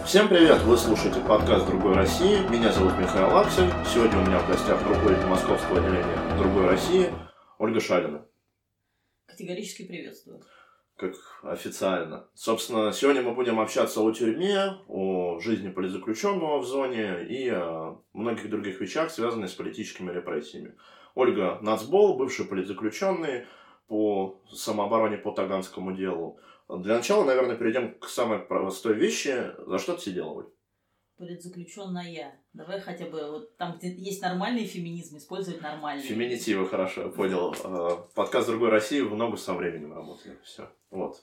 Всем привет! Вы слушаете подкаст «Другой России». Меня зовут Михаил Аксель. Сегодня у меня в гостях руководитель московского отделения «Другой России» Ольга Шалина. Категорически приветствую. Как официально. Собственно, сегодня мы будем общаться о тюрьме, о жизни политзаключенного в зоне и о многих других вещах, связанных с политическими репрессиями. Ольга нацбол, бывший политзаключенный по самообороне по Таганскому делу. Для начала, наверное, перейдем к самой простой вещи. За что ты сидела, Оль? Политзаключенная. Давай хотя бы вот там, где есть нормальный феминизм, использовать нормальный. Феминитивы, хорошо, я понял. Подкаст «Другой России» в ногу со временем работает. Все. Вот.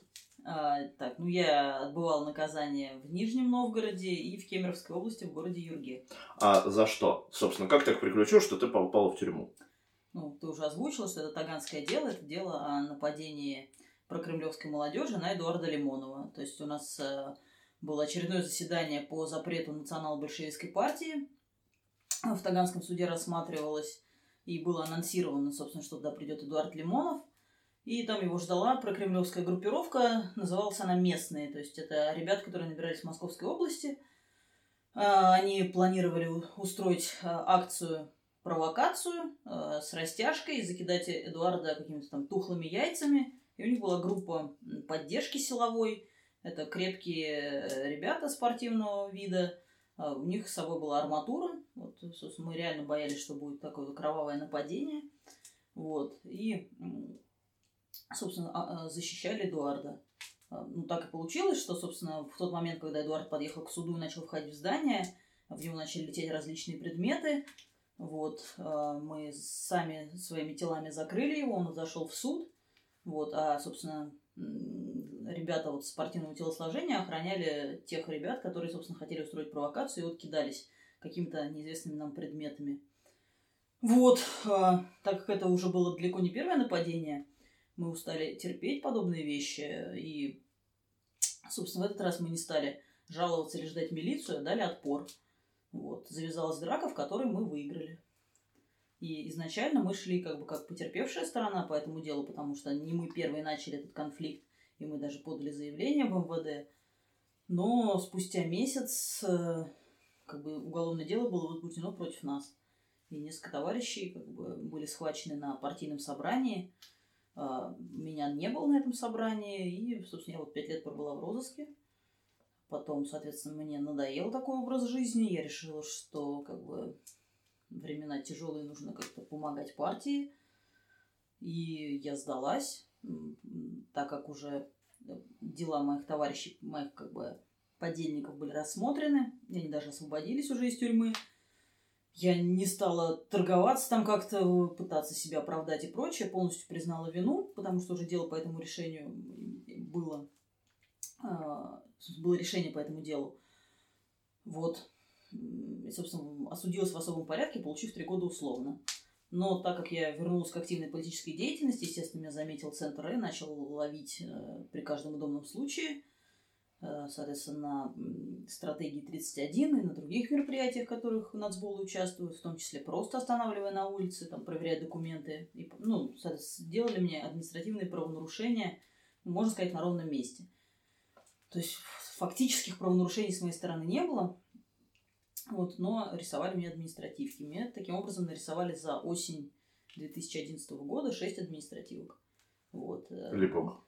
Я отбывала наказание в Нижнем Новгороде и в Кемеровской области в городе Юрге. А за что? Собственно, как так приключилось, что ты попала в тюрьму? Ты уже озвучила, что это Таганское дело. Это дело о нападении прокремлевской молодежи на Эдуарда Лимонова. То есть у нас было очередное заседание по запрету национал-большевистской партии. В Таганском суде рассматривалось и было анонсировано, собственно, что туда придет Эдуард Лимонов. И там его ждала прокремлевская группировка, называлась она «Местные». То есть это ребята, которые набирались в Московской области. Они планировали устроить акцию-провокацию с растяжкой и закидать Эдуарда какими-то там тухлыми яйцами. И у них была группа поддержки силовой. Это крепкие ребята спортивного вида. У них с собой была арматура. Вот, собственно, мы реально боялись, что будет такое кровавое нападение. Вот. И, собственно, защищали Эдуарда. Так и получилось, что, собственно, в тот момент, когда Эдуард подъехал к суду и начал входить в здание, в него начали лететь различные предметы. Вот. Мы сами своими телами закрыли его, он зашел в суд. Вот, собственно, ребята вот спортивного телосложения охраняли тех ребят, которые, собственно, хотели устроить провокацию и вот кидались какими-то неизвестными нам предметами. Вот, так как это уже было далеко не первое нападение, мы устали терпеть подобные вещи, и, собственно, в этот раз мы не стали жаловаться или ждать милицию, а дали отпор. Вот, завязалась драка, в которой мы выиграли. И изначально мы шли как потерпевшая сторона по этому делу, потому что не мы первые начали этот конфликт, и мы даже подали заявление в МВД. Но спустя месяц уголовное дело было возбуждено против нас. И несколько товарищей были схвачены на партийном собрании. Меня не было на этом собрании, и, собственно, я 5 лет пробыла в розыске. Потом, соответственно, мне надоел такой образ жизни. Я решила, что времена тяжелые, нужно как-то помогать партии. И я сдалась, так как уже дела моих товарищей, моих подельников были рассмотрены. И они даже освободились уже из тюрьмы. Я не стала торговаться там как-то, пытаться себя оправдать и прочее. Полностью признала вину, потому что уже дело по этому решению было. Было решение по этому делу. Вот. И, собственно, осудилась в особом порядке, получив 3 года условно. Но так как я вернулась к активной политической деятельности, естественно, меня заметил Центр и начал ловить при каждом удобном случае. Соответственно, на стратегии 31 и на других мероприятиях, в которых нацболы участвуют, в том числе просто останавливая на улице, проверяя документы. И, соответственно, делали мне административные правонарушения, можно сказать, на ровном месте. То есть фактических правонарушений с моей стороны не было. Вот, но рисовали мне административки. Мне таким образом нарисовали за осень 2011 года 6 административок. Вот. Липок.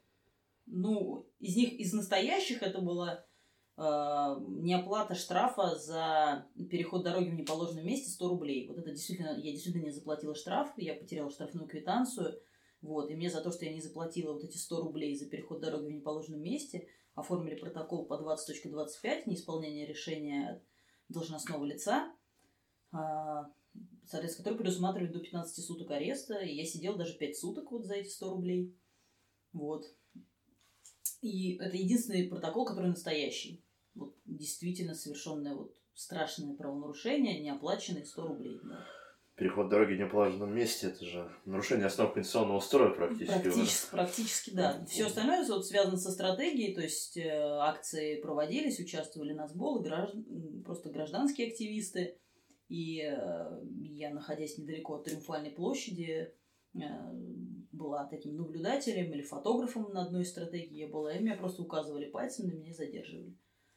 Из настоящих это была неоплата штрафа за переход дороги в неположенном месте 100 рублей. Вот это я действительно не заплатила штраф, я потеряла штрафную квитанцию. Вот, и мне за то, что я не заплатила вот эти 100 рублей за переход дороги в неположенном месте, оформили протокол по 20.25, неисполнение решения должностного лица, соответственно, который предусматривает до 15 суток ареста, и я сидела даже 5 суток за эти 100 рублей. Вот. И это единственный протокол, который настоящий. Вот действительно совершенное страшное правонарушение, неоплаченные 100 рублей. Да. Переход дороги в неположенном месте, это же нарушение основ конституционного строя практически. Практически, да. Все остальное связано со стратегией, то есть акции проводились, участвовали нацболы, просто гражданские активисты. И я, находясь недалеко от Триумфальной площади, была таким наблюдателем или фотографом на одной из стратегий я была, и меня просто указывали пальцем, на меня задерживали.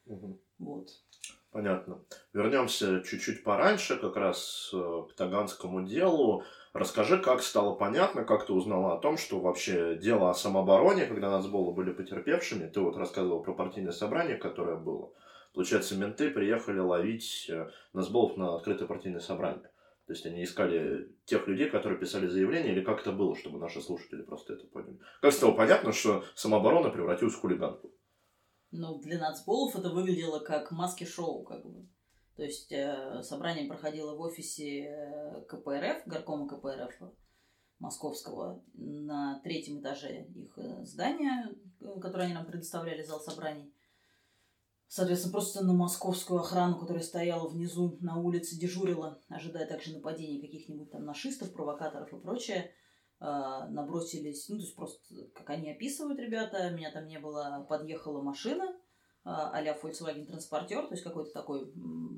Угу. Вот. Понятно. Вернемся чуть-чуть пораньше, как раз к Таганскому делу. Расскажи, как стало понятно, как ты узнала о том, что вообще дело о самообороне, когда нацболы были потерпевшими, ты вот рассказывал про партийное собрание, которое было. Получается, менты приехали ловить нацболов на открытое партийное собрание. То есть они искали тех людей, которые писали заявление, или как это было, чтобы наши слушатели просто это поняли. Как стало понятно, что самооборона превратилась в хулиганку? Ну, для нацболов это выглядело как маски-шоу, как бы. То есть собрание проходило в офисе КПРФ, горкома КПРФ московского, на 3-м этаже их здания, которое они нам предоставляли, зал собраний. Соответственно, просто на московскую охрану, которая стояла внизу на улице, дежурила, ожидая также нападений каких-нибудь там нашистов, провокаторов и прочее, набросились, ну, то есть просто, как они описывают, ребята, меня там не было, подъехала машина а-ля Volkswagen Transporter, то есть какой-то такой,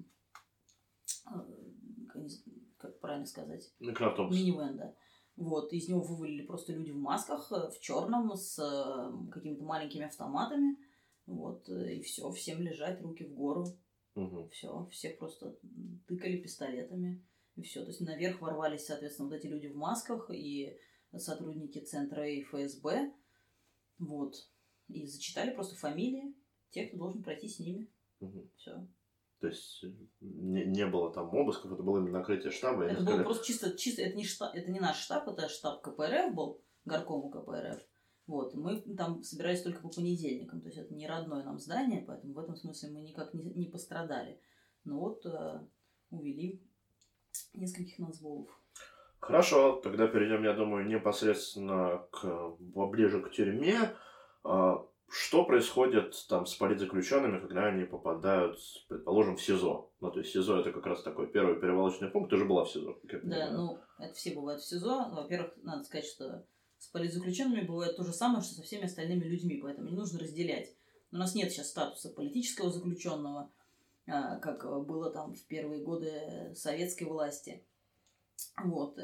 как правильно сказать, минивэн, да. Вот, из него вывалили просто люди в масках, в черном, с какими-то маленькими автоматами. Вот, и все, всем лежать, руки в гору. Угу. Все, всех просто тыкали пистолетами. И все. То есть наверх ворвались, соответственно, вот эти люди в масках и сотрудники центра и ФСБ. Вот. И зачитали просто фамилии тех, кто должен пройти с ними. Угу. Все. То есть не было там обысков, это было именно накрытие штаба. Это было просто чисто, это не штаб, это не наш штаб, это штаб КПРФ был, горкому КПРФ. Вот, мы там собирались только по понедельникам, то есть это не родное нам здание, поэтому в этом смысле мы никак не пострадали. Но вот увели нескольких нацболов. Хорошо, тогда перейдем, я думаю, непосредственно поближе к тюрьме. Что происходит там с политзаключенными, когда они попадают, предположим, в СИЗО? Ну, то есть СИЗО это как раз такой первый перевалочный пункт, ты же была в СИЗО. Да, ну, это все бывают в СИЗО. Во-первых, надо сказать, что с политзаключенными бывает то же самое, что со всеми остальными людьми, поэтому не нужно разделять. У нас нет сейчас статуса политического заключенного, как было там в первые годы советской власти. Вот.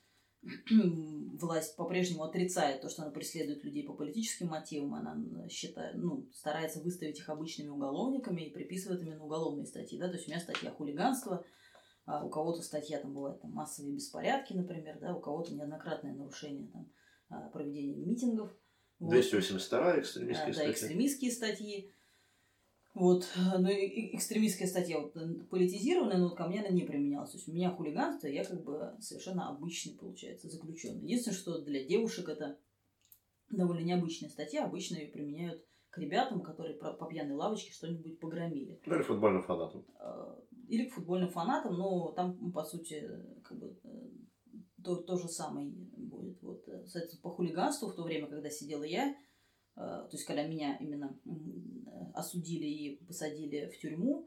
Власть по-прежнему отрицает то, что она преследует людей по политическим мотивам. Она считает, старается выставить их обычными уголовниками и приписывает именно уголовные статьи. Да? То есть у меня статья хулиганства, у кого-то статья там бывает там, массовые беспорядки, например, да? У кого-то неоднократное нарушение там, проведения митингов. 282 экстремистские статьи. Да, экстремистские статьи. Вот, но экстремистская статья вот, политизированная, но вот ко мне она не применялась. То есть у меня хулиганство, я как бы совершенно обычный, получается, заключенный. Единственное, что для девушек это довольно необычная статья. Обычно ее применяют к ребятам, которые по пьяной лавочке что-нибудь погромили. Или футбольным фанатам. Или к футбольным фанатам, но там, по сути, как бы то же самое будет. Вот, соответственно, по хулиганству в то время, когда сидела я, то есть, когда меня именно осудили и посадили в тюрьму,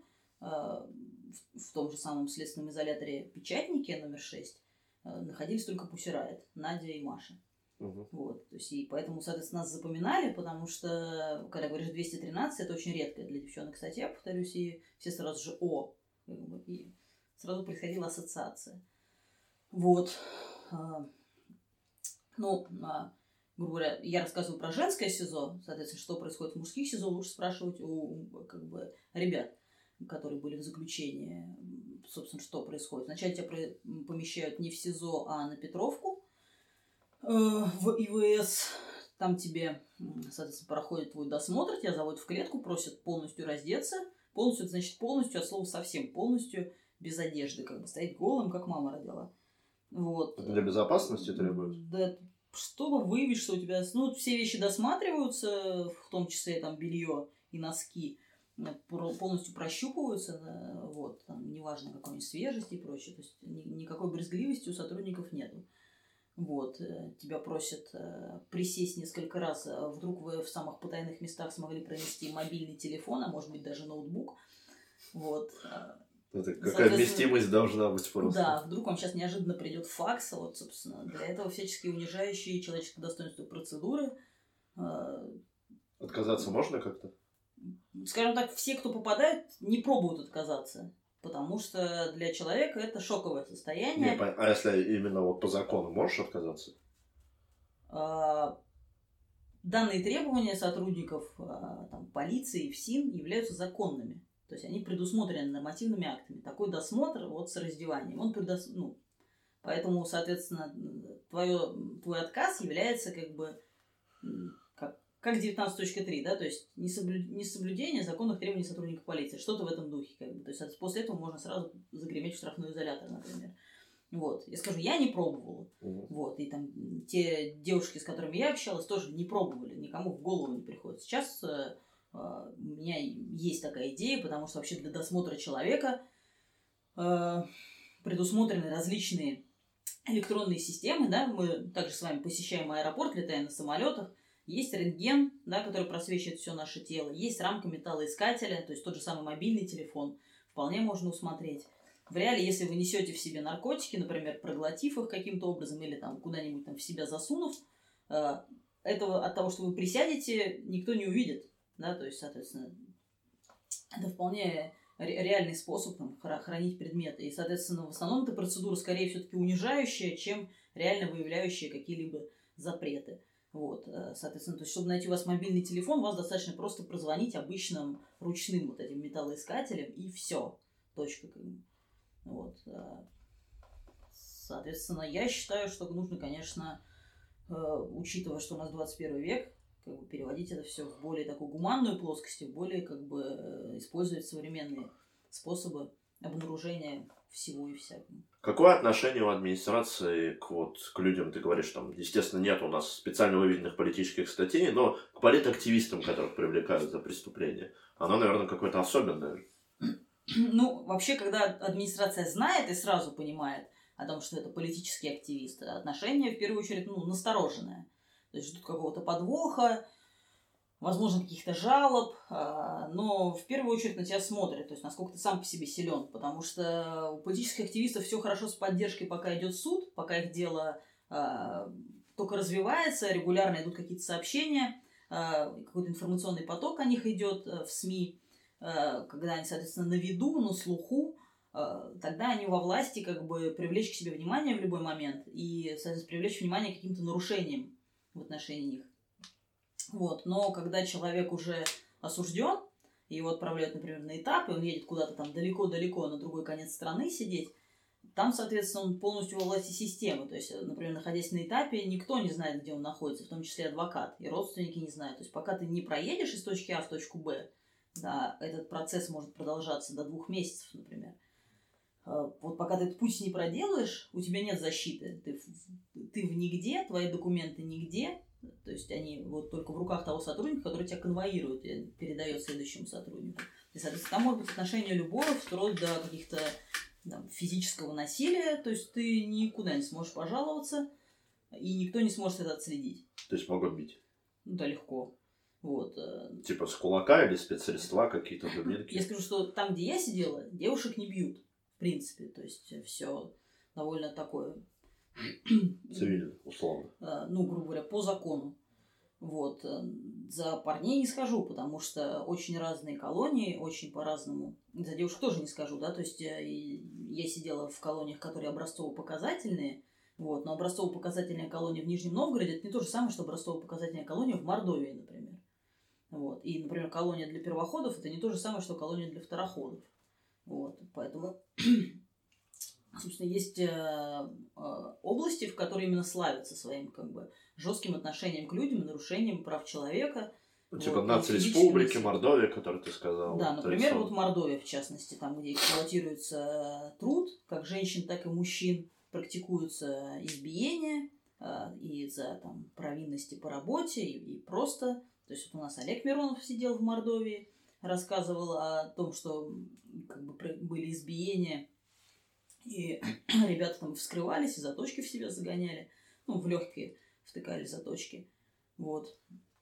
в том же самом следственном изоляторе Печатники номер 6, находились только Pussy Riot, Надя и Маша. Угу. Вот, то есть, и поэтому, соответственно, нас запоминали, потому что, когда говоришь 213, это очень редкая для девчонок статья, повторюсь, и все сразу же и сразу происходила ассоциация. Вот. Грубо говоря, я рассказываю про женское СИЗО, соответственно, что происходит в мужских СИЗО, лучше спрашивать у как бы, ребят, которые были в заключении, собственно, что происходит. Вначале тебя помещают не в СИЗО, а на Петровку, в ИВС. Там тебе, соответственно, проходит твой досмотр, тебя заводят в клетку, просят полностью раздеться. Полностью, это значит полностью, от слова совсем, полностью без одежды, как бы стоять голым, как мама родила. Вот. Это для безопасности требует? Да, чтобы выявить, что у тебя... все вещи досматриваются, в том числе там белье и носки, полностью прощупываются, вот, там, неважно, какой свежести и прочее. То есть никакой брезгливости у сотрудников нету. Вот, тебя просят присесть несколько раз. Вдруг вы в самых потайных местах смогли пронести мобильный телефон, а может быть даже ноутбук. Вот. Это какая вместимость должна быть просто. Да, вдруг вам сейчас неожиданно придет факс. Вот, собственно, для этого всяческие унижающие человеческое достоинство процедуры. Отказаться можно как-то? Скажем так, все, кто попадает, не пробуют отказаться. Потому что для человека это шоковое состояние. А если именно вот по закону можешь отказаться? данные требования сотрудников там, полиции, ФСИН являются законными. То есть они предусмотрены нормативными актами. Такой досмотр вот с раздеванием, он поэтому, соответственно, твой отказ является как бы как 19.3, да, то есть несоблюдение законных требований сотрудников полиции, что-то в этом духе, как бы. То есть после этого можно сразу загреметь в штрафной изолятор, например. Вот. Я скажу, я не пробовала. Вот. И там те девушки, с которыми я общалась, тоже не пробовали, никому в голову не приходит. Сейчас у меня есть такая идея, потому что вообще для досмотра человека предусмотрены различные электронные системы, да, мы также с вами посещаем аэропорт, летаем на самолетах, есть рентген, да, который просвечивает все наше тело, есть рамка металлоискателя, то есть тот же самый мобильный телефон, вполне можно усмотреть. В реале, если вы несете в себе наркотики, например, проглотив их каким-то образом или там куда-нибудь там в себя засунув, этого от того, что вы присядете, никто не увидит, да, то есть, соответственно, это вполне реальный способ там, хранить предметы. И, соответственно, в основном эта процедура скорее все-таки унижающая, чем реально выявляющая какие-либо запреты. Вот, соответственно, то есть, чтобы найти у вас мобильный телефон, у вас достаточно просто прозвонить обычным ручным вот этим металлоискателем, и все. Точка. Вот. Соответственно, я считаю, что нужно, конечно, учитывая, что у нас 21 век, как бы переводить это все в более такую гуманную плоскость, в более как бы использовать современные способы обнаружения всего и всякого. Какое отношение у администрации к людям, ты говоришь, там, естественно, нет у нас специально выведенных политических статей, но к политактивистам, которых привлекают за преступления, оно, наверное, какое-то особенное. Ну, вообще, когда администрация знает и сразу понимает о том, что это политические активисты, отношение, в первую очередь, настороженное. То есть ждут какого-то подвоха, возможно, каких-то жалоб, но в первую очередь на тебя смотрят, то есть насколько ты сам по себе силен, потому что у политических активистов все хорошо с поддержкой, пока идет суд, пока их дело только развивается, регулярно идут какие-то сообщения, какой-то информационный поток о них идет в СМИ, когда они, соответственно, на виду, на слуху, тогда они во власти как бы привлечь к себе внимание в любой момент и, соответственно, привлечь внимание к каким-то нарушениям в отношении них. Вот. Но когда человек уже осужден, его отправляют, например, на этап, и он едет куда-то там далеко-далеко на другой конец страны сидеть, там, соответственно, он полностью во власти системы. То есть, например, находясь на этапе, никто не знает, где он находится, в том числе адвокат, и родственники не знают. То есть, пока ты не проедешь из точки А в точку Б, да, этот процесс может продолжаться до 2 месяцев, например. Вот пока ты этот путь не проделаешь, у тебя нет защиты. Ты в нигде, твои документы нигде. То есть они вот только в руках того сотрудника, который тебя конвоирует и передает следующему сотруднику. И, соответственно, там может быть отношение любое, вплоть до каких-то физического насилия. То есть ты никуда не сможешь пожаловаться, и никто не сможет это отследить. То есть могут бить? Да, легко. Вот. Типа с кулака или спецсредства какие-то дубинки? Я скажу, что там, где я сидела, девушек не бьют. В принципе, то есть все довольно такое цивильно, условно. Грубо говоря, по закону. Вот. За парней не скажу, потому что очень разные колонии, очень по-разному. За девушек тоже не скажу, да, то есть я сидела в колониях, которые образцово-показательные, вот, но образцово-показательная колония в Нижнем Новгороде это не то же самое, что образцово-показательная колония в Мордовии, например. Вот. И, например, колония для первоходов это не то же самое, что колония для второходов. Вот. Поэтому, собственно, есть области, в которые именно славятся своим как бы жестким отношением к людям, нарушением прав человека. Типа вот, нацреспублики, Мордовия, которую ты сказала. Да, например, вот Мордовия, в частности, там, где эксплуатируется труд, как женщин, так и мужчин, практикуются избиения и за там, провинности по работе, и просто. То есть вот у нас Олег Миронов сидел в Мордовии, рассказывал о том, что как бы были избиения, и ребята там вскрывались, и заточки в себя загоняли, в легкие втыкали заточки. Вот.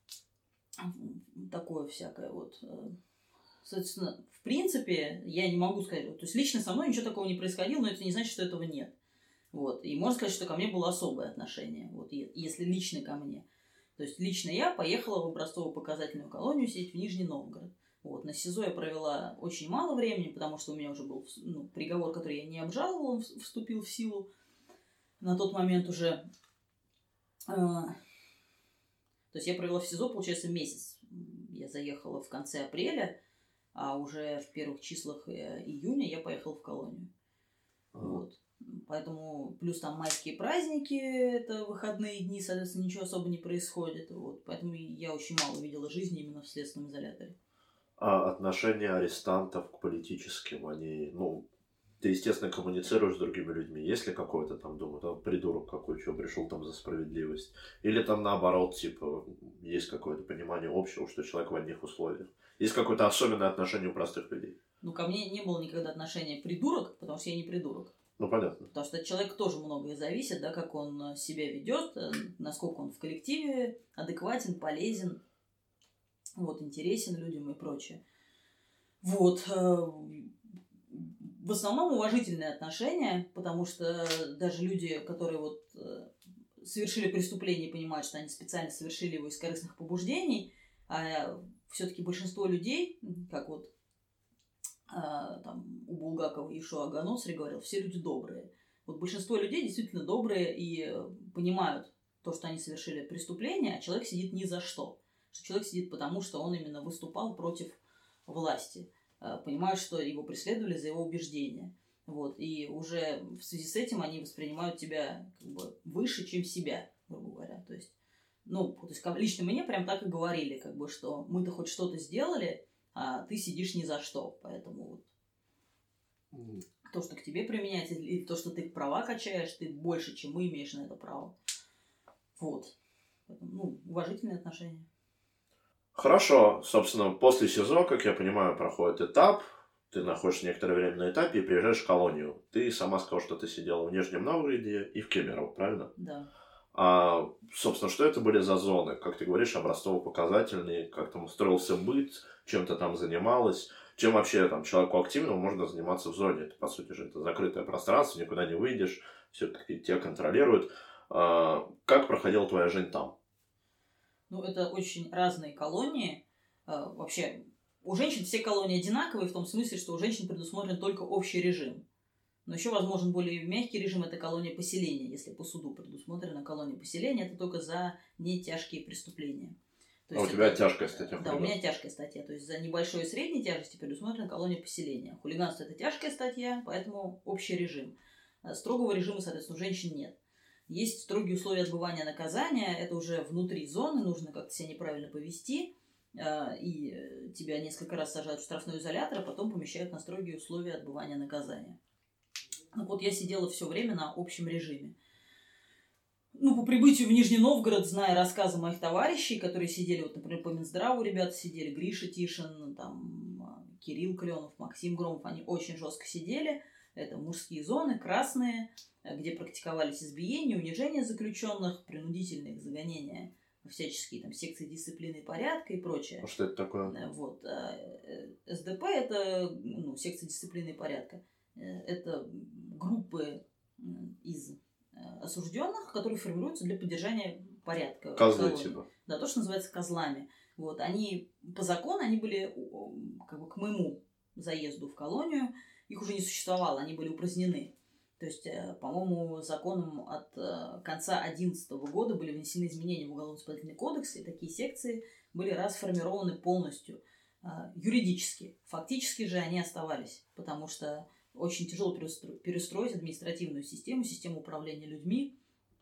Такое всякое вот. Соответственно, в принципе, я не могу сказать, то есть лично со мной ничего такого не происходило, но это не значит, что этого нет. Вот. И можно сказать, что ко мне было особое отношение, вот, если лично ко мне. То есть лично я поехала в образцово-показательную колонию сидеть в Нижний Новгород. Вот. На СИЗО я провела очень мало времени, потому что у меня уже был приговор, который я не обжаловала, он вступил в силу. На тот момент уже То есть я провела в СИЗО, получается, месяц. Я заехала в конце апреля, а уже в первых числах июня я поехала в колонию. Вот. Поэтому плюс там майские праздники, это выходные дни, соответственно, ничего особо не происходит. Вот. Поэтому я очень мало видела жизни именно в следственном изоляторе. А отношения арестантов к политическим, они, ты, естественно, коммуницируешь с другими людьми. Есть ли какой-то там, думаю, там придурок какой, что пришел там за справедливость? Или там наоборот, типа, есть какое-то понимание общего, что человек в одних условиях? Есть какое-то особенное отношение у простых людей? Ко мне не было никогда отношения придурок, потому что я не придурок. Понятно. Потому что от человека тоже многое зависит, да, как он себя ведет, насколько он в коллективе адекватен, полезен, вот, интересен людям и прочее. Вот. В основном уважительные отношения, потому что даже люди, которые вот совершили преступление и понимают, что они специально совершили его из корыстных побуждений, а все-таки большинство людей, как вот там у Булгакова Ишуа Аганосри говорил, все люди добрые. Вот большинство людей действительно добрые и понимают то, что они совершили преступление, а человек сидит ни за что. Что человек сидит потому, что он именно выступал против власти. Понимают, что его преследовали за его убеждения. Вот. И уже в связи с этим они воспринимают тебя как бы выше, чем себя, грубо говоря. То есть лично мне прям так и говорили, как бы, что мы-то хоть что-то сделали, а ты сидишь ни за что. Поэтому вот то, что к тебе применяется, или то, что ты права качаешь, ты больше, чем мы имеешь на это право. Вот. Поэтому, уважительные отношения. Хорошо. Собственно, после СИЗО, как я понимаю, проходит этап. Ты находишься некоторое время на этапе и приезжаешь в колонию. Ты сама сказала, что ты сидела в Нижнем Новгороде и в Кемерово, правильно? Да. Собственно, что это были за зоны? Как ты говоришь, образцово-показательные, как там устроился быт, чем ты там занималась, чем вообще там человеку активному можно заниматься в зоне? Это, по сути же, это закрытое пространство, никуда не выйдешь, все тебя контролируют. Как проходила твоя жизнь там? Это очень разные колонии. Вообще, у женщин все колонии одинаковые, в том смысле, что у женщин предусмотрен только общий режим. Но еще возможен более мягкий режим – это колония поселения. Если по суду предусмотрена колония поселения, это только за не тяжкие преступления. То есть у тебя тяжкая статья? Да, у меня тяжкая статья. То есть за небольшой и средней тяжести предусмотрена колония поселения. Хулиганство – это тяжкая статья, поэтому общий режим. Строгого режима, соответственно, у женщин нет. Есть строгие условия отбывания наказания. Это уже внутри зоны, нужно как-то себя неправильно повести. И тебя несколько раз сажают в штрафной изолятор, а потом помещают на строгие условия отбывания наказания. Я сидела все время на общем режиме. По прибытию в Нижний Новгород, зная рассказы моих товарищей, которые сидели, например, по Минздраву ребята сидели, Гриша Тишин, Кирилл Кленов, Максим Громов, они очень жестко сидели. Это мужские зоны, красные, где практиковались избиения, унижения заключенных, принудительные их загонения, всяческие секции дисциплины и порядка и прочее. А что это такое? СДП – это секция дисциплины и порядка. Это группы из осужденных, которые формируются для поддержания порядка. Козлы типа. Да, то, что называется козлами. Они по закону, они были к моему заезду в колонию, их уже не существовало, они были упразднены. То есть, по-моему, законом от конца 2011 года были внесены изменения в Уголовно-исполнительный кодекс, и такие секции были расформированы полностью юридически. Фактически же они оставались, потому что очень тяжело перестроить административную систему управления людьми.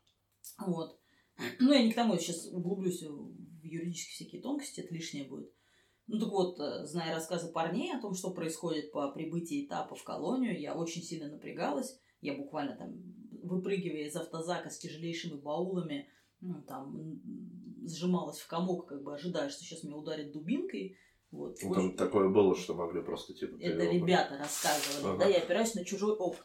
Я не к тому, я сейчас углублюсь в юридические всякие тонкости, это лишнее будет. Зная рассказы парней о том, что происходит по прибытии этапа в колонию, я очень сильно напрягалась. Я буквально выпрыгивая из автозака с тяжелейшими баулами, сжималась в комок, ожидая, что сейчас меня ударит дубинкой. Там такое было, что могли просто Это ребята рассказывали. Да, я опираюсь на чужой опыт.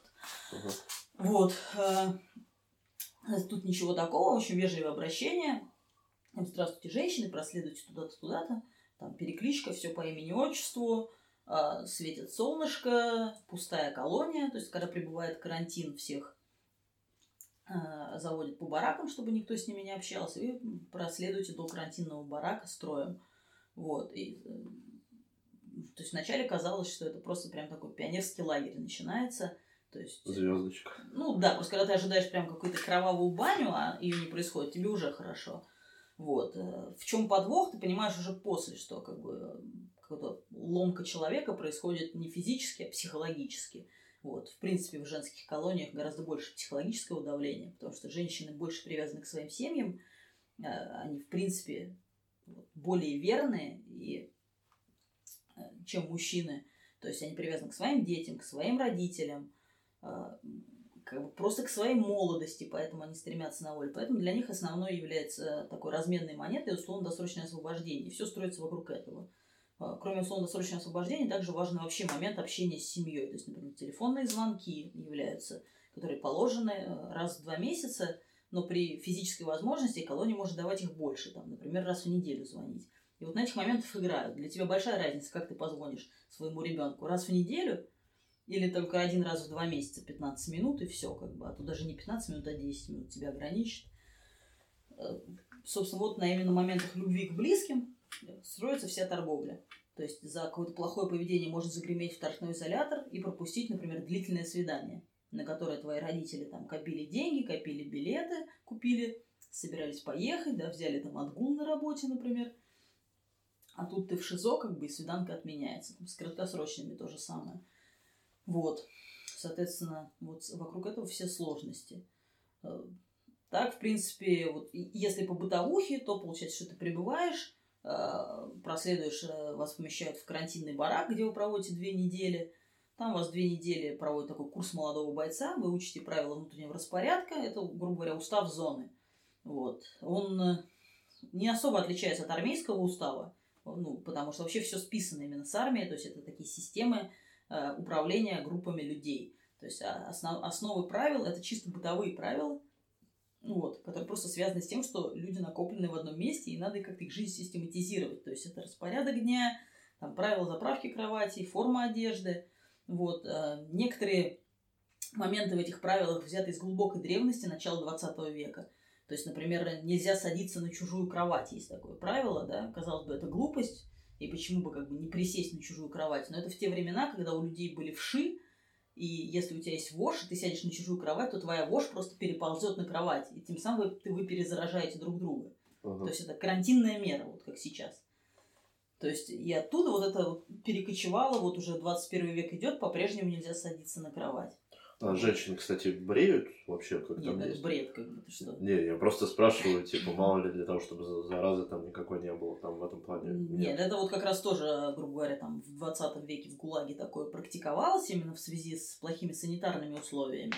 Тут ничего такого, очень вежливое обращение. Здравствуйте, женщины, проследуйте туда-то. Перекличка, все по имени-отчеству. Светит солнышко, пустая колония. То есть, когда прибывает карантин, всех заводят по баракам, чтобы никто с ними не общался. И проследуйте до карантинного барака строем. То есть вначале казалось, что это просто прям такой пионерский лагерь начинается. То есть, звездочка. Да, просто когда ты ожидаешь прям какую-то кровавую баню, а ее не происходит, тебе уже хорошо. Вот. В чем подвох, ты понимаешь уже после, что как бы какая-то ломка человека происходит не физически, а психологически. Вот. В принципе, в женских колониях гораздо больше психологического давления, потому что женщины больше привязаны к своим семьям, они, в принципе, более верные, чем мужчины. То есть они привязаны к своим детям, к своим родителям, как бы просто к своей молодости, поэтому они стремятся на волю. Поэтому для них основной является такой разменной монетой условно-досрочное освобождение. И все строится вокруг этого. Кроме условно-досрочного освобождения, также важен вообще момент общения с семьей. То есть, например, телефонные звонки являются, которые положены раз в 2 месяца, но при физической возможности колония может давать их больше. Там, например, раз в неделю звонить. И вот на этих моментах играют. Для тебя большая разница, как ты позвонишь своему ребенку. Раз в неделю или только 1 раз в 2 месяца 15 минут и все. Как бы. А то даже не 15 минут, а 10 минут тебя ограничит. Собственно, вот на именно моментах любви к близким строится вся торговля. То есть за какое-то плохое поведение может загреметь в торжной изолятор и пропустить, например, длительное свидание, на которое твои родители там копили деньги, копили билеты, купили, собирались поехать, да, взяли там отгул на работе, например. А тут ты в ШИЗО, как бы, и свиданка отменяется. С краткосрочными то же самое. Вот. Соответственно, вот вокруг этого все сложности. Так, в принципе, вот если по бытовухе, то получается, что ты прибываешь, проследуешь, вас помещают в карантинный барак, где вы проводите 2 недели. Там вас 2 недели проводит такой курс молодого бойца, вы учите правила внутреннего распорядка, это, грубо говоря, устав зоны. Вот. Он не особо отличается от армейского устава, ну, потому что вообще все списано именно с армией, то есть это такие системы управления группами людей. То есть основы правил – это чисто бытовые правила, вот, которые просто связаны с тем, что люди накоплены в одном месте, и надо как-то их жизнь систематизировать. То есть это распорядок дня, там, правила заправки кровати, форма одежды. Вот. Некоторые моменты в этих правилах взяты из глубокой древности, начала 20 века. То есть, например, нельзя садиться на чужую кровать, есть такое правило, да, казалось бы, это глупость, и почему бы как бы не присесть на чужую кровать. Но это в те времена, когда у людей были вши, и если у тебя есть вошь, и ты сядешь на чужую кровать, то твоя вошь просто переползет на кровать, и тем самым вы перезаражаете друг друга. То есть это карантинная мера, вот как сейчас. То есть и оттуда вот это вот перекочевало, вот уже 21 век идет, по-прежнему нельзя садиться на кровать. А женщины, кстати, бреют вообще как-то? Нет, это бред, как бы, ты что? Не, я просто спрашиваю, типа, мало ли для того, чтобы заразы там никакой не было, там в этом плане. Нет, это вот как раз тоже, грубо говоря, там в 20 веке в ГУЛАГе такое практиковалось именно в связи с плохими санитарными условиями.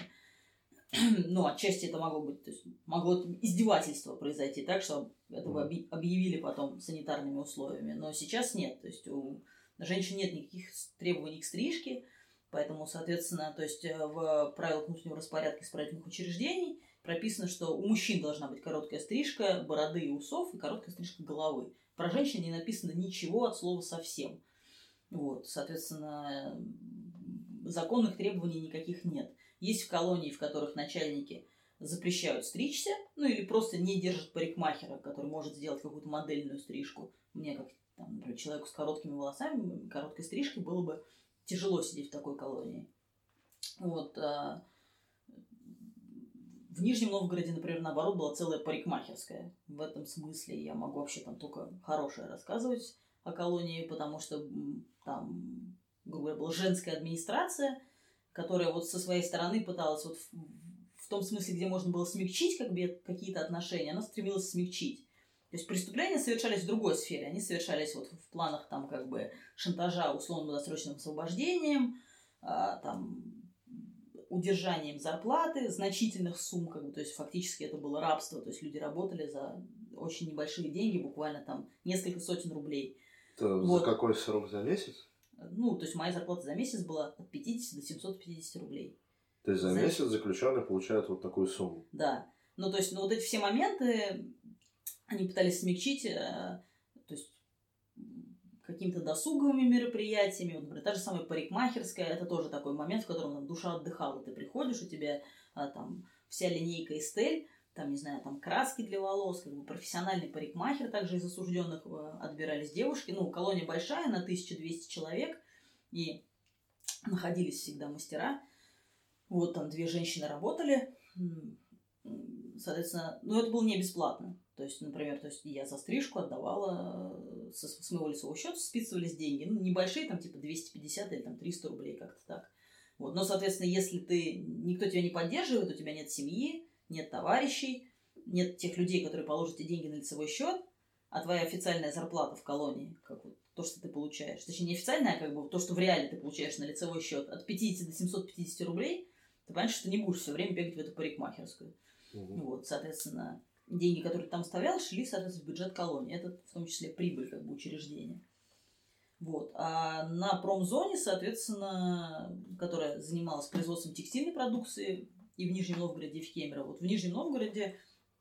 Ну, отчасти это могло быть, то есть могло издевательство произойти так, что это объявили потом санитарными условиями. Но сейчас нет, то есть у женщин нет никаких требований к стрижке, поэтому, соответственно, то есть в правилах внутреннего распорядка исправительных учреждений прописано, что у мужчин должна быть короткая стрижка бороды и усов и короткая стрижка головы. Про женщин не написано ничего от слова совсем. Вот, соответственно, законных требований никаких нет. Есть в колонии, в которых начальники запрещают стричься, ну или просто не держат парикмахера, который может сделать какую-то модельную стрижку. Мне, как, там, например, человеку с короткими волосами, короткой стрижкой было бы тяжело сидеть в такой колонии. Вот. В Нижнем Новгороде, например, наоборот, была целая парикмахерская. В этом смысле я могу вообще там только хорошее рассказывать о колонии, потому что там, грубо говоря, была женская администрация, которая вот со своей стороны пыталась вот в том смысле, где можно было смягчить как бы какие-то отношения, она стремилась смягчить. То есть преступления совершались в другой сфере. Они совершались вот в планах там как бы шантажа условно-досрочным освобождением, там, удержанием зарплаты, значительных сумм, как бы, то есть фактически это было рабство. То есть люди работали за очень небольшие деньги, буквально там несколько сотен рублей. Это вот. За какой срок? За месяц? Ну, то есть моя зарплата за месяц была от 50 до 750 рублей. То есть за месяц заключенный получает вот такую сумму? Да. Ну, то есть, ну, вот эти все моменты, они пытались смягчить, то есть какими-то досуговыми мероприятиями. Вот, например, та же самая парикмахерская, это тоже такой момент, в котором душа отдыхала. Ты приходишь, у тебя там вся линейка Эстель, там, не знаю, там краски для волос, как бы профессиональный парикмахер, также из осужденных отбирались девушки. Ну, колония большая, на 1200 человек, и находились всегда мастера. Вот там 2 женщины работали, соответственно, но это было не бесплатно. То есть, например, я за стрижку отдавала с моего лицевого счета, списывались деньги. Ну, небольшие, там, типа 250 или там 300 рублей, как-то так. Вот. Но, соответственно, если никто тебя не поддерживает, у тебя нет семьи, нет товарищей, нет тех людей, которые положат тебе деньги на лицевой счет, а твоя официальная зарплата в колонии, как вот то, что ты получаешь, точнее, не официальная, а как бы то, что в реале ты получаешь на лицевой счет, от 50 до 750 рублей, ты понимаешь, что ты не будешь все время бегать в эту парикмахерскую. Вот, соответственно, деньги, которые ты там оставлял, шли, соответственно, в бюджет колонии. Это в том числе прибыль как бы учреждения. Вот. А на промзоне, соответственно, которая занималась производством текстильной продукции и в Нижнем Новгороде, и в Кемерово. Вот в Нижнем Новгороде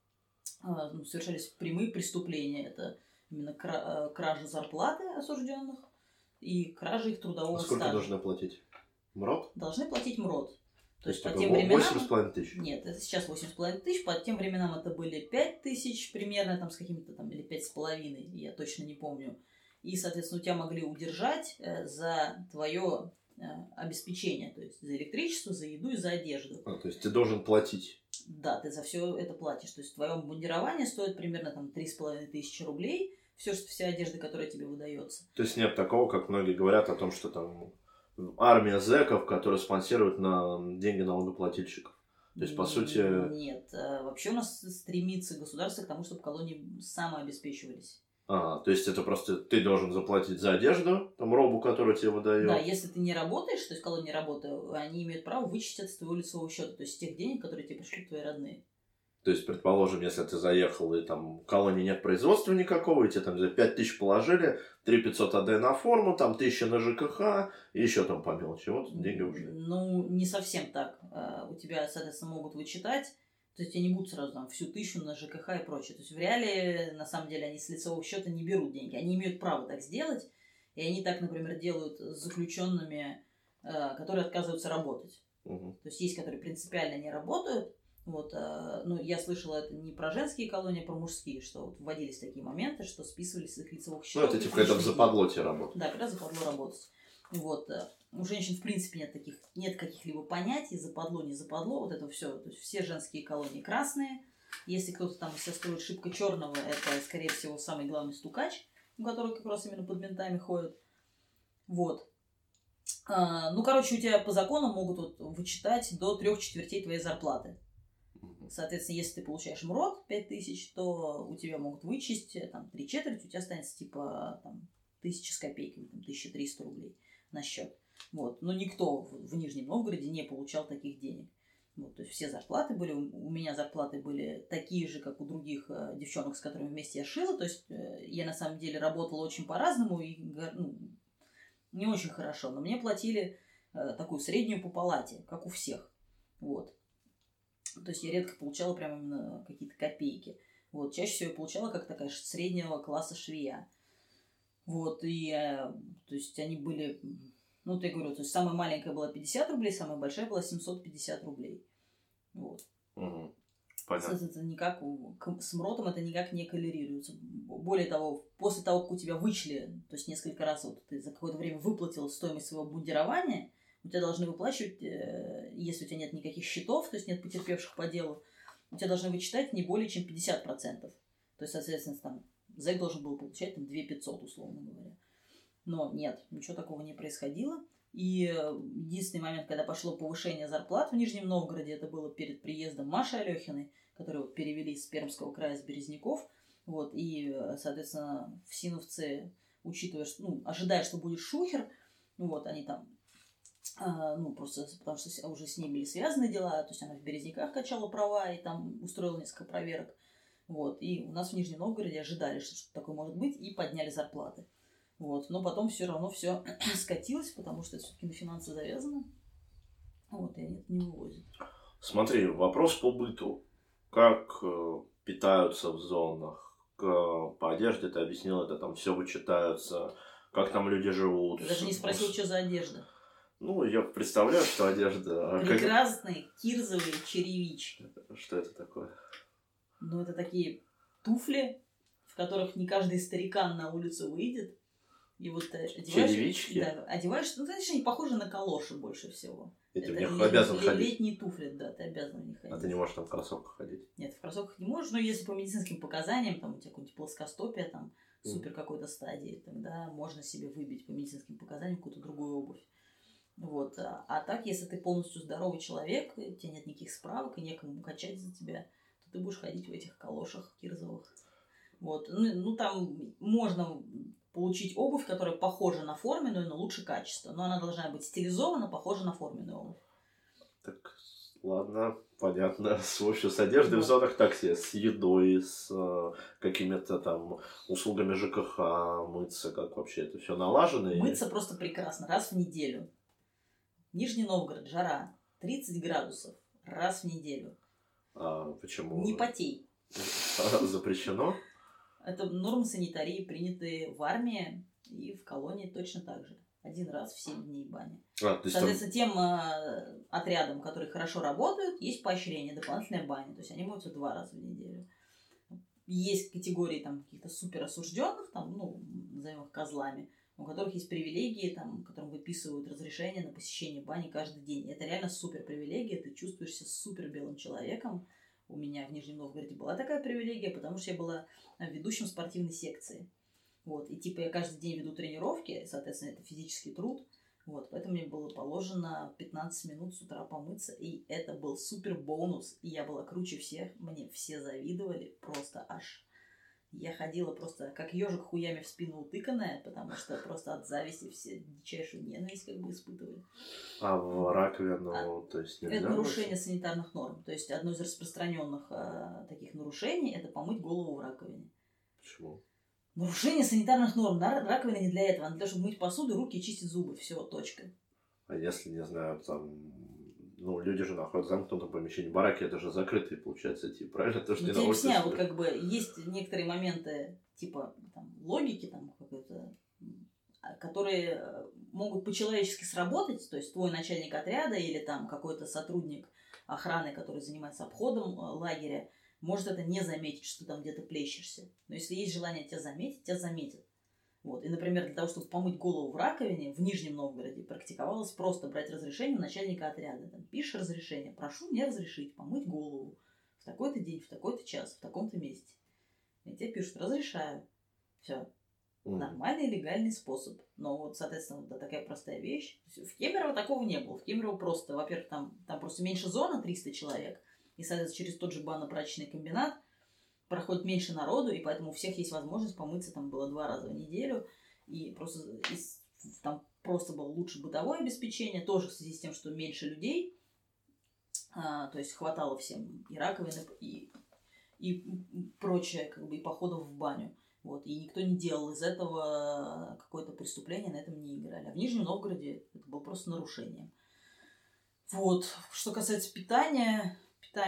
совершались прямые преступления. Это именно кража зарплаты осужденных и кража их трудового стажа. Сколько должны платить? МРОТ? Должны платить МРОТ. То есть по тем временам... 8,5 тысяч? Нет, это сейчас 8,5 тысяч. По тем временам это были 5 тысяч примерно, там с какими-то там, или 5,5, я точно не помню. И, соответственно, у тебя могли удержать за твое обеспечение, то есть за электричество, за еду и за одежду. То есть ты должен платить? Да, ты за все это платишь. То есть твое обмундирование стоит примерно там 3,5 тысячи рублей. Вся одежда, которая тебе выдается. То есть нет такого, как многие говорят о том, что там армия зэков, которая спонсирует на деньги налогоплательщиков. То есть, по сути... Нет. Вообще у нас стремится государство к тому, чтобы колонии самообеспечивались. То есть это просто ты должен заплатить за одежду, там робу, которую тебе выдают. Да, если ты не работаешь, то есть колония работает, они имеют право вычесть с твоего лицевого счета, то есть тех денег, которые тебе пришлют твои родные. То есть, предположим, если ты заехал, и там в колонии нет производства никакого, и тебе там за 5 тысяч положили, 3 500 отдай на форму, там 1000 на ЖКХ, и еще там по мелочи. Вот деньги уже. Ну, не совсем так. У тебя, соответственно, могут вычитать, то есть тебе не будут сразу там всю 1000 на ЖКХ и прочее. То есть в реале, на самом деле, они с лицевого счета не берут деньги. Они имеют право так сделать, и они так, например, делают с заключенными, которые отказываются работать. То есть есть, которые принципиально не работают. Вот, ну, я слышала это не про женские колонии, а про мужские, что вот вводились такие моменты, что списывались с их лицевых счетов. Ну, это типа когда в западло тебе работать. Да, когда западло работать. Вот, у женщин, в принципе, нет каких-либо понятий, западло, не западло, вот это все. То есть все женские колонии красные. Если кто-то там из себя строит шибко черного, это, скорее всего, самый главный стукач, который как раз именно под ментами ходит. Вот. Ну, короче, у тебя по закону могут вот вычитать до 3/4 твоей зарплаты. Соответственно, если ты получаешь МРОТ 5000, то у тебя могут вычесть там 3/4, у тебя останется типа там 1000 с копейками, там, 1300 рублей на счет. Вот. Но никто в Нижнем Новгороде не получал таких денег. Вот. То есть все зарплаты были, у меня зарплаты были такие же, как у других девчонок, с которыми вместе я шила. То есть я на самом деле работала очень по-разному и не очень хорошо, но мне платили такую среднюю по палате, как у всех. Вот. То есть я редко получала прям именно какие-то копейки. Вот. Чаще всего я получала как такая среднего класса швея. Вот. И то есть они были... Ну, я говорю, то есть самая маленькая была 50 рублей, самая большая была 750 рублей. Вот. Понятно. Это никак... С МРОТом это никак не коррелируется. Более того, после того, как у тебя вычли, то есть несколько раз вот ты за какое-то время выплатил стоимость своего обмундирования, у тебя должны выплачивать, если у тебя нет никаких счетов, то есть нет потерпевших по делу, у тебя должны вычитать не более чем 50%. То есть, соответственно, там зэк должен был получать там 2500, условно говоря. Но нет, ничего такого не происходило. И единственный момент, когда пошло повышение зарплат в Нижнем Новгороде, это было перед приездом Маши Алехиной, которую перевели с Пермского края, с Березников. Вот, и, соответственно, в Синовце, учитывая, что, ожидая, что будет шухер, вот, они там просто потому что уже с ней были связаны дела, то есть она в Березниках качала права и там устроила несколько проверок. Вот, и у нас в Нижнем Новгороде ожидали, что что-то такое может быть, и подняли зарплаты. Вот, но потом все равно все скатилось, потому что это все-таки на финансы завязано. Вот, и они это не вывозят. Смотри, вопрос по быту. Как питаются в зонах? По одежде ты объяснил, это там все вычитаются. Как там люди живут? Ты даже не спросил, что за одежда. Ну, я представляю, что одежда... Прекрасные кирзовые черевички. Что это такое? Ну, это такие туфли, в которых не каждый старикан на улицу выйдет. И вот черевички. одеваешься, ну, знаешь, они похожи на калоши больше всего. И ты в них обязан ходить. Летние туфли, да, ты обязан в них ходить. А ты не можешь там в кроссовках ходить? Нет, в кроссовках не можешь, но если по медицинским показаниям, там у тебя какое-нибудь плоскостопие, там супер какой-то стадии, тогда можно себе выбить по медицинским показаниям какую-то другую обувь. Вот. А так, если ты полностью здоровый человек, у тебя нет никаких справок и некому качать за тебя, то ты будешь ходить в этих калошах кирзовых. Вот. Ну, там можно получить обувь, которая похожа на форменную, но лучше качества. Но она должна быть стилизована, похожа на форменную обувь. Так, ладно, понятно. В общем, с одеждой в зонах такси, с едой, с какими-то там услугами ЖКХ, мыться, как вообще это все налажено? Мыться просто прекрасно, раз в неделю. Нижний Новгород, жара, 30 градусов, раз в неделю. А почему? Не потей. Запрещено? Это нормы санитарии, принятые в армии и в колонии точно так же. 1 раз в 7 дней баня. Соответственно, тем отрядам, которые хорошо работают, есть поощрение, дополнительная баня. То есть они моются 2 раза в неделю. Есть категории там каких-то супер осужденных, там, ну, назовем их козлами, у которых есть привилегии, там, которым выписывают разрешение на посещение бани каждый день. И это реально супер привилегия, ты чувствуешь себя супер белым человеком. У меня в Нижнем Новгороде была такая привилегия, потому что я была ведущим спортивной секции. Вот. И типа я каждый день веду тренировки, соответственно, это физический труд. Вот. Поэтому мне было положено 15 минут с утра помыться. И это был супер бонус. И я была круче всех. Мне все завидовали просто аж. Я ходила просто как ежик хуями в спину утыканная, потому что просто от зависти все дичайшую ненависть как бы испытывали. А в раковину, то есть нельзя? Это нарушение санитарных норм. То есть одно из распространенных таких нарушений – это помыть голову в раковине. Почему? Нарушение санитарных норм. Раковина не для этого. Она для того, чтобы мыть посуду, руки и чистить зубы. Все, точка. А если, не знаю, там... Ну, люди же находятся в замкнутом помещении. Бараки это же закрытые, получается, типа, правильно? То, что я объясняю, вот как бы есть некоторые моменты, типа, там, логики, там, какой-то, которые могут по-человечески сработать, то есть твой начальник отряда или там какой-то сотрудник охраны, который занимается обходом лагеря, может это не заметить, что ты там где-то плещешься. Но если есть желание тебя заметят. Вот. И, например, для того, чтобы помыть голову в раковине, в Нижнем Новгороде практиковалось просто брать разрешение у начальника отряда. Там, пишешь разрешение, прошу мне разрешить помыть голову в такой-то день, в такой-то час, в таком-то месте. И тебе пишут, разрешаю. Все. Нормальный, легальный способ. Но вот, соответственно, вот такая простая вещь. В Кемерово такого не было. В Кемерово просто, во-первых, там просто меньше зона, 300 человек. И, соответственно, через тот же банно-прачечный комбинат проходит меньше народу, и поэтому у всех есть возможность помыться, там было 2 раза в неделю, и просто там просто было лучше бытовое обеспечение, тоже в связи с тем, что меньше людей, то есть хватало всем и раковины, и прочее, как бы, и походов в баню. Вот, и никто не делал из этого какое-то преступление, на этом не играли. А в Нижнем Новгороде это было просто нарушением. Вот, что касается питания,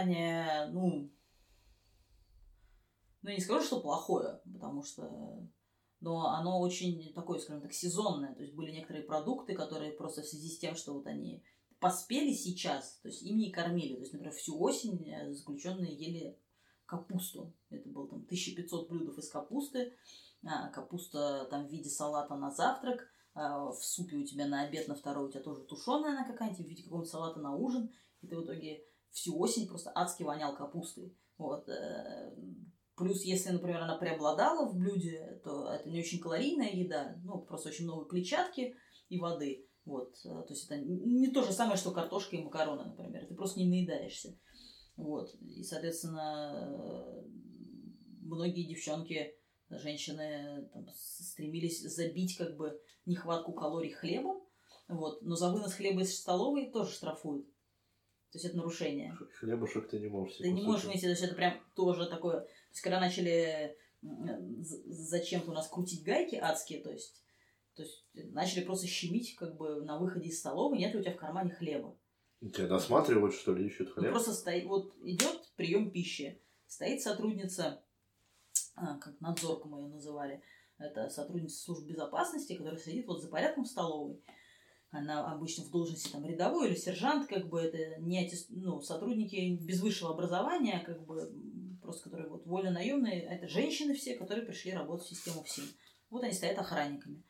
я не скажу, что плохое, потому что... Но оно очень такое, скажем так, сезонное. То есть были некоторые продукты, которые просто в связи с тем, что вот они поспели сейчас, то есть ими и кормили. То есть, например, всю осень заключенные ели капусту. Это было там 1500 блюдов из капусты. Капуста там в виде салата на завтрак. В супе у тебя на обед, на второй у тебя тоже тушеная она какая-нибудь, в виде какого-нибудь салата на ужин. И ты в итоге всю осень просто адски вонял капустой. Вот. Плюс, если, например, она преобладала в блюде, то это не очень калорийная еда, ну, просто очень много клетчатки и воды. Вот. То есть это не то же самое, что картошка и макароны, например. Ты просто не наедаешься. Вот. И, соответственно, многие девчонки, женщины там, стремились забить как бы нехватку калорий хлебом. Вот. Но за вынос хлеба из столовой тоже штрафуют. То есть это нарушение. Хлебушек ты не можешь себе. Ты не можешь вместе, то есть это прям тоже такое. То есть когда начали зачем-то у нас крутить гайки адские, то есть начали просто щемить как бы на выходе из столовой, нет ли у тебя в кармане хлеба. Тебя досматривают, что ли, ищут хлеб? Ну, просто стоит, вот идет прием пищи, стоит сотрудница, как надзорка мы ее называли, это сотрудница службы безопасности, которая сидит вот за порядком в столовой. Она обычно в должности там рядовой или сержант, как бы это не сотрудники без высшего образования, как бы просто которые вот вольно-наемные, это женщины все, которые пришли работать в систему ФСИН. Вот они стоят охранниками.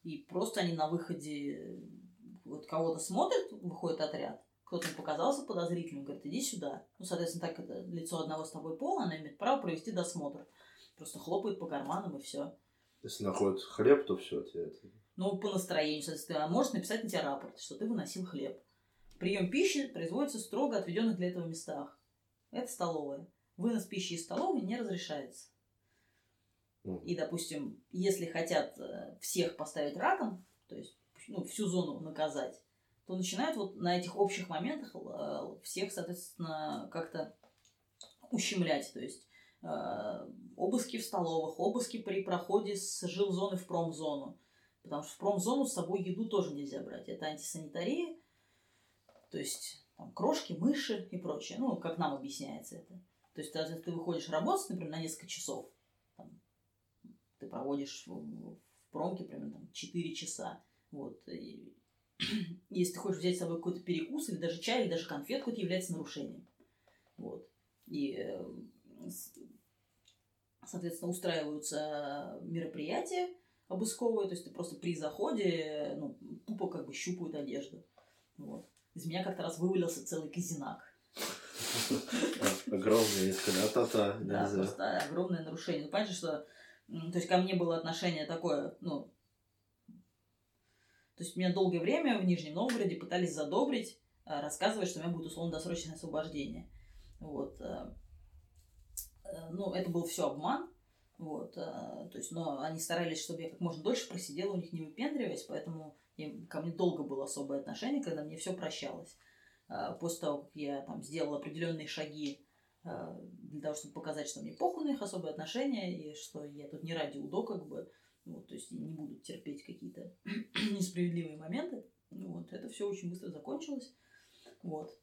И просто они на выходе вот кого-то смотрят, выходит отряд, кто-то им показался подозрительным, говорит, иди сюда. Ну, соответственно, так это лицо одного с тобой пола, она имеет право провести досмотр. Просто хлопает по карманам и все. Если находят хлеб, то все, тебе это... Ну, по настроению, соответственно, может написать на тебя рапорт, что ты выносил хлеб. Прием пищи производится в строго отведенных для этого местах. Это столовая. Вынос пищи из столовой не разрешается. И, допустим, если хотят всех поставить раком, то есть всю зону наказать, то начинают вот на этих общих моментах всех, соответственно, как-то ущемлять. То есть обыски в столовых, обыски при проходе с жилзоны в промзону. Потому что в промзону с собой еду тоже нельзя брать. Это антисанитария. То есть там крошки, мыши и прочее. Ну, как нам объясняется это. То есть ты выходишь работать, например, на несколько часов. Там, ты проводишь в промке примерно 4 часа. Вот. И если ты хочешь взять с собой какой-то перекус, или даже чай, или даже конфетку, это является нарушением. Вот. И, соответственно, устраиваются мероприятия обысковые, то есть ты просто при заходе, тупо как бы щупают одежду. Вот. Из меня как-то раз вывалился целый казинак. Огромное искалятата. Да, просто огромное нарушение. Понимаете, что... То есть ко мне было отношение такое, То есть меня долгое время в Нижнем Новгороде пытались задобрить, рассказывая, что у меня будет условно-досрочное освобождение. Вот. Это был все обман. Вот. То есть, но они старались, чтобы я как можно дольше просидела у них, не выпендриваясь, поэтому ко мне долго было особое отношение, когда мне все прощалось. После того, как я там сделала определенные шаги для того, чтобы показать, что мне похуй на их особые отношения, и что я тут не ради УДО, как бы, вот, то есть не буду терпеть какие-то несправедливые моменты. Вот, это все очень быстро закончилось. Вот.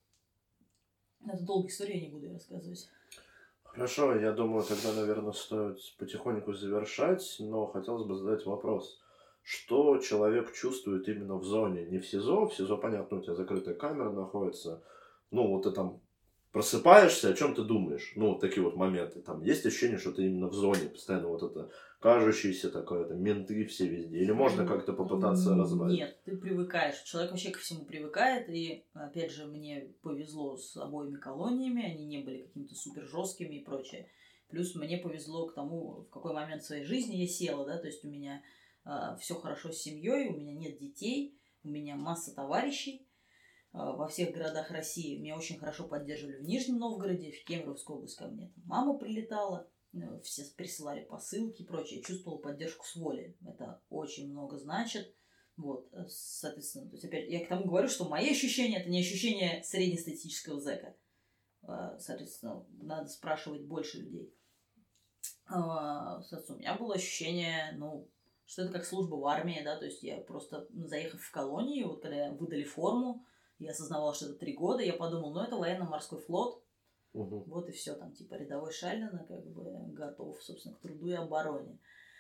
Это долгая история, я не буду ее рассказывать. Хорошо, я думаю, тогда, наверное, стоит потихоньку завершать, но хотелось бы задать вопрос. Что человек чувствует именно в зоне? Не в СИЗО, понятно, у тебя закрытая камера находится. Вот ты там просыпаешься, о чем ты думаешь? Такие вот моменты. Там есть ощущение, что ты именно в зоне, постоянно вот это кажущееся такое, это менты все везде. Или можно как-то попытаться разбавить? Нет, ты привыкаешь. Человек вообще ко всему привыкает. И, опять же, мне повезло с обоими колониями. Они не были какими-то супер жесткими и прочее. Плюс мне повезло к тому, в какой момент своей жизни я села, да, то есть у меня все хорошо с семьей, у меня нет детей, у меня масса товарищей во всех городах России. Меня очень хорошо поддерживали в Нижнем Новгороде, в Кемеровской области ко мне. Мама прилетала, все присылали посылки и прочее. Я чувствовала поддержку с воли. Это очень много значит. Вот, соответственно, то есть опять я к тому говорю, что мои ощущения — это не ощущение среднестатистического зэка. Соответственно, надо спрашивать больше людей. Соответственно, у меня было ощущение, что это как служба в армии, да, то есть я просто, заехав в колонию, вот когда выдали форму, я осознавала, что это 3 года, я подумала, это военно-морской флот, вот и все, там, типа, рядовой Шальдина, как бы, готов, собственно, к труду и обороне.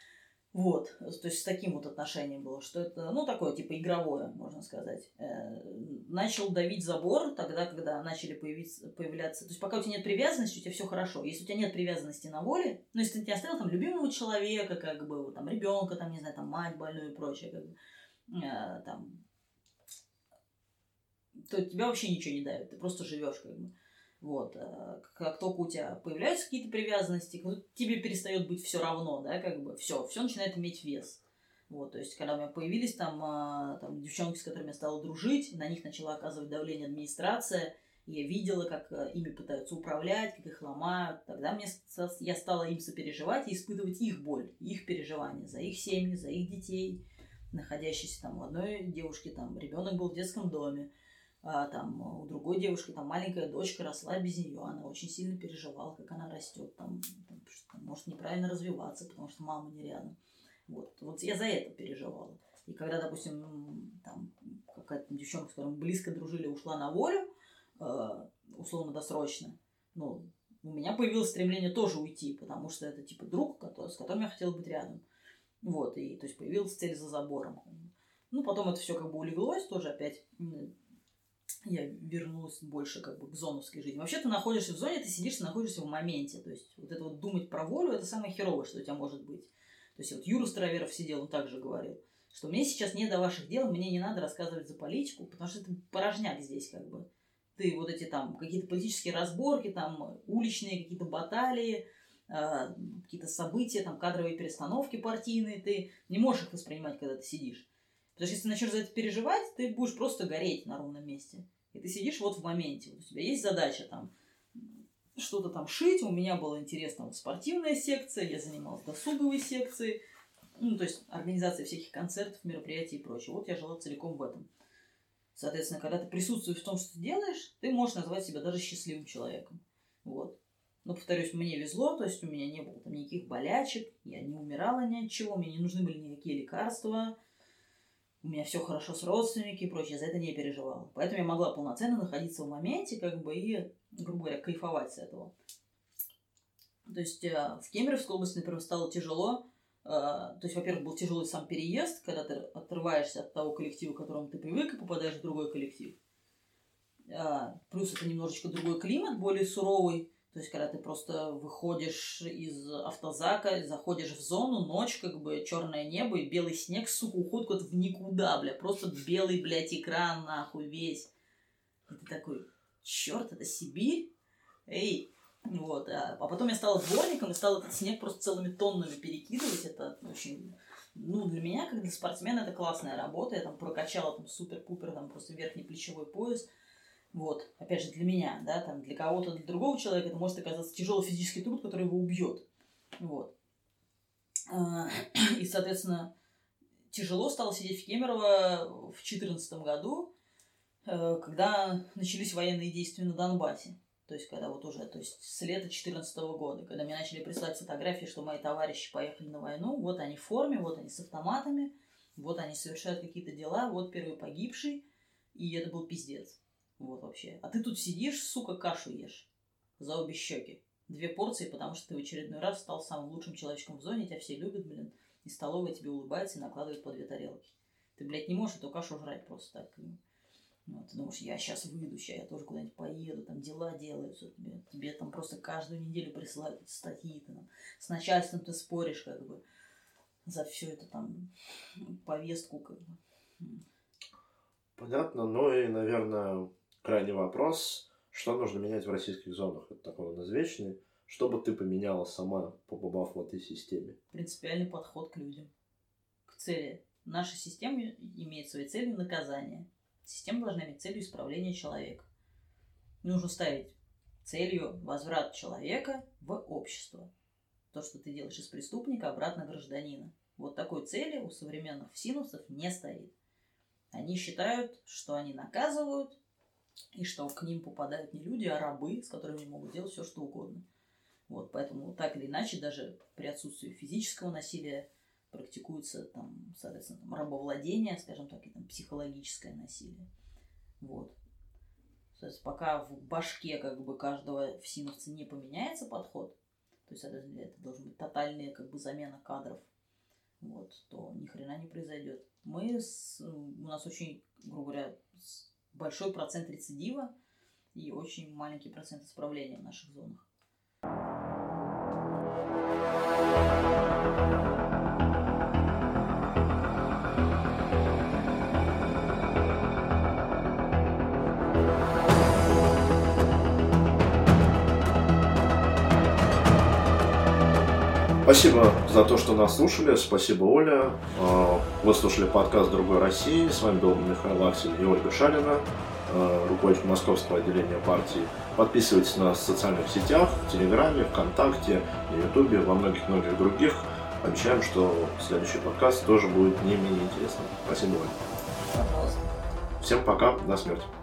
Вот, то есть с таким вот отношением было, что это, такое, типа, игровое, можно сказать. Начал давить забор тогда, когда начали появляться, то есть пока у тебя нет привязанности, у тебя все хорошо. Если у тебя нет привязанности на воле, если ты не оставил там любимого человека, как бы, там, ребенка, там, не знаю, там, мать больную и прочее, как бы, там, то тебя вообще ничего не давит, ты просто живешь, как бы. Вот. Как только у тебя появляются какие-то привязанности, тебе перестает быть все равно, да, как бы все начинает иметь вес. Вот, то есть, когда у меня появились там девчонки, с которыми я стала дружить, на них начала оказывать давление администрация, и я видела, как ими пытаются управлять, как их ломают. Тогда я стала им сопереживать и испытывать их боль, их переживания за их семьи, за их детей, находящиеся там у одной девушки, там ребенок был в детском доме, там у другой девушки там маленькая дочка росла без нее, она очень сильно переживала, как она растет, там может неправильно развиваться, потому что мама не рядом. Вот я за это переживала. И когда, допустим, там какая-то девчонка, с которой мы близко дружили, ушла на волю, условно-досрочно, у меня появилось стремление тоже уйти, потому что это типа друг, с которым я хотела быть рядом. Вот, и то есть появилась цель за забором. Потом это все как бы улеглось, тоже опять я вернулась больше как бы к зоновской жизни. Вообще ты находишься в зоне, ты сидишь, ты находишься в моменте. То есть вот это вот думать про волю, это самое херовое, что у тебя может быть. То есть вот Юра Староверов сидел, он также говорил, что мне сейчас не до ваших дел, мне не надо рассказывать за политику, потому что это порожняк здесь как бы. Ты вот эти там какие-то политические разборки, там уличные какие-то баталии, какие-то события, там кадровые перестановки партийные, ты не можешь их воспринимать, когда ты сидишь. Потому что если ты начнешь за это переживать, ты будешь просто гореть на ровном месте. И ты сидишь вот в моменте. Вот у тебя есть задача там что-то там шить. У меня была интересная вот спортивная секция, я занималась досуговой секцией. Ну, то есть организация всяких концертов, мероприятий и прочее. Вот я жила целиком в этом. Соответственно, когда ты присутствуешь в том, что ты делаешь, ты можешь назвать себя даже счастливым человеком. Вот. Но, повторюсь, мне везло, то есть у меня не было там никаких болячек, я не умирала ни от чего, мне не нужны были никакие лекарства, у меня все хорошо с родственниками и прочее, я за это не переживала. Поэтому я могла полноценно находиться в моменте, как бы, и, грубо говоря, кайфовать с этого. То есть в Кемеровской области, например, стало тяжело. То есть, во-первых, был тяжелый сам переезд, когда ты отрываешься от того коллектива, к которому ты привык, и попадаешь в другой коллектив. Плюс это немножечко другой климат, более суровый. То есть, когда ты просто выходишь из автозака, заходишь в зону, ночь, как бы, черное небо и белый снег, сука, уходит куда-то в никуда, бля. Просто белый, блядь, экран, нахуй, весь. И ты такой, черт, это Сибирь? Эй! Вот. А потом я стала дворником и стала этот снег просто целыми тоннами перекидывать. Это очень... Ну, для меня, как для спортсмена, это классная работа. Я там прокачала там супер-пупер, там просто верхний плечевой пояс. Вот, опять же, для меня, да, там, для кого-то, для другого человека это может оказаться тяжелый физический труд, который его убьет. Вот. И, соответственно, тяжело стало сидеть в Кемерово в 2014 году, когда начались военные действия на Донбассе. То есть, когда вот уже, то есть, с лета 2014 года, когда мне начали присылать фотографии, что мои товарищи поехали на войну, вот они в форме, вот они с автоматами, вот они совершают какие-то дела, вот первый погибший, и это был пиздец. Вот вообще. А ты тут сидишь, сука, кашу ешь. За обе щеки. 2 порции, потому что ты в очередной раз стал самым лучшим человечком в зоне, тебя все любят, блин. И столовая тебе улыбается и накладывает по 2 тарелки. Ты, блядь, не можешь эту кашу жрать просто так. Вот, ты думаешь, я сейчас выйду, я тоже куда-нибудь поеду, там дела делаются. Тебе там просто каждую неделю присылают статьи. Ты, там, с начальством ты споришь, как бы, за все это там повестку, как бы. Понятно. Ну и, наверное, крайний вопрос. Что нужно менять в российских зонах? Это такой он извечный. Что бы ты поменяла сама, побывав в этой системе? Принципиальный подход к людям. К цели. Наша система имеет своей целью наказание. Система должна иметь целью исправления человека. Нужно ставить целью возврат человека в общество. То, что ты делаешь из преступника, обратно гражданина. Вот такой цели у современных ФСИНовцев не стоит. Они считают, что они наказывают, и что к ним попадают не люди, а рабы, с которыми они могут делать все, что угодно. Вот, поэтому так или иначе, даже при отсутствии физического насилия практикуется, там, соответственно, там, рабовладение, скажем так, и там, психологическое насилие. Вот. То есть пока в башке как бы каждого ФСИНовца не поменяется подход, то есть это должна быть тотальная как бы замена кадров, вот, то ни хрена не произойдет. У нас очень, грубо говоря, большой процент рецидива и очень маленький процент исправления в наших зонах. Спасибо за то, что нас слушали. Спасибо, Оля. Вы слушали подкаст «Другой России». С вами был Михаил Аксель и Ольга Шалина, руководитель московского отделения партии. Подписывайтесь на нас в социальных сетях, в Телеграме, ВКонтакте, на Ютубе, во многих-многих других. Обещаем, что следующий подкаст тоже будет не менее интересным. Спасибо, Оля. Пожалуйста. Всем пока, до смерти.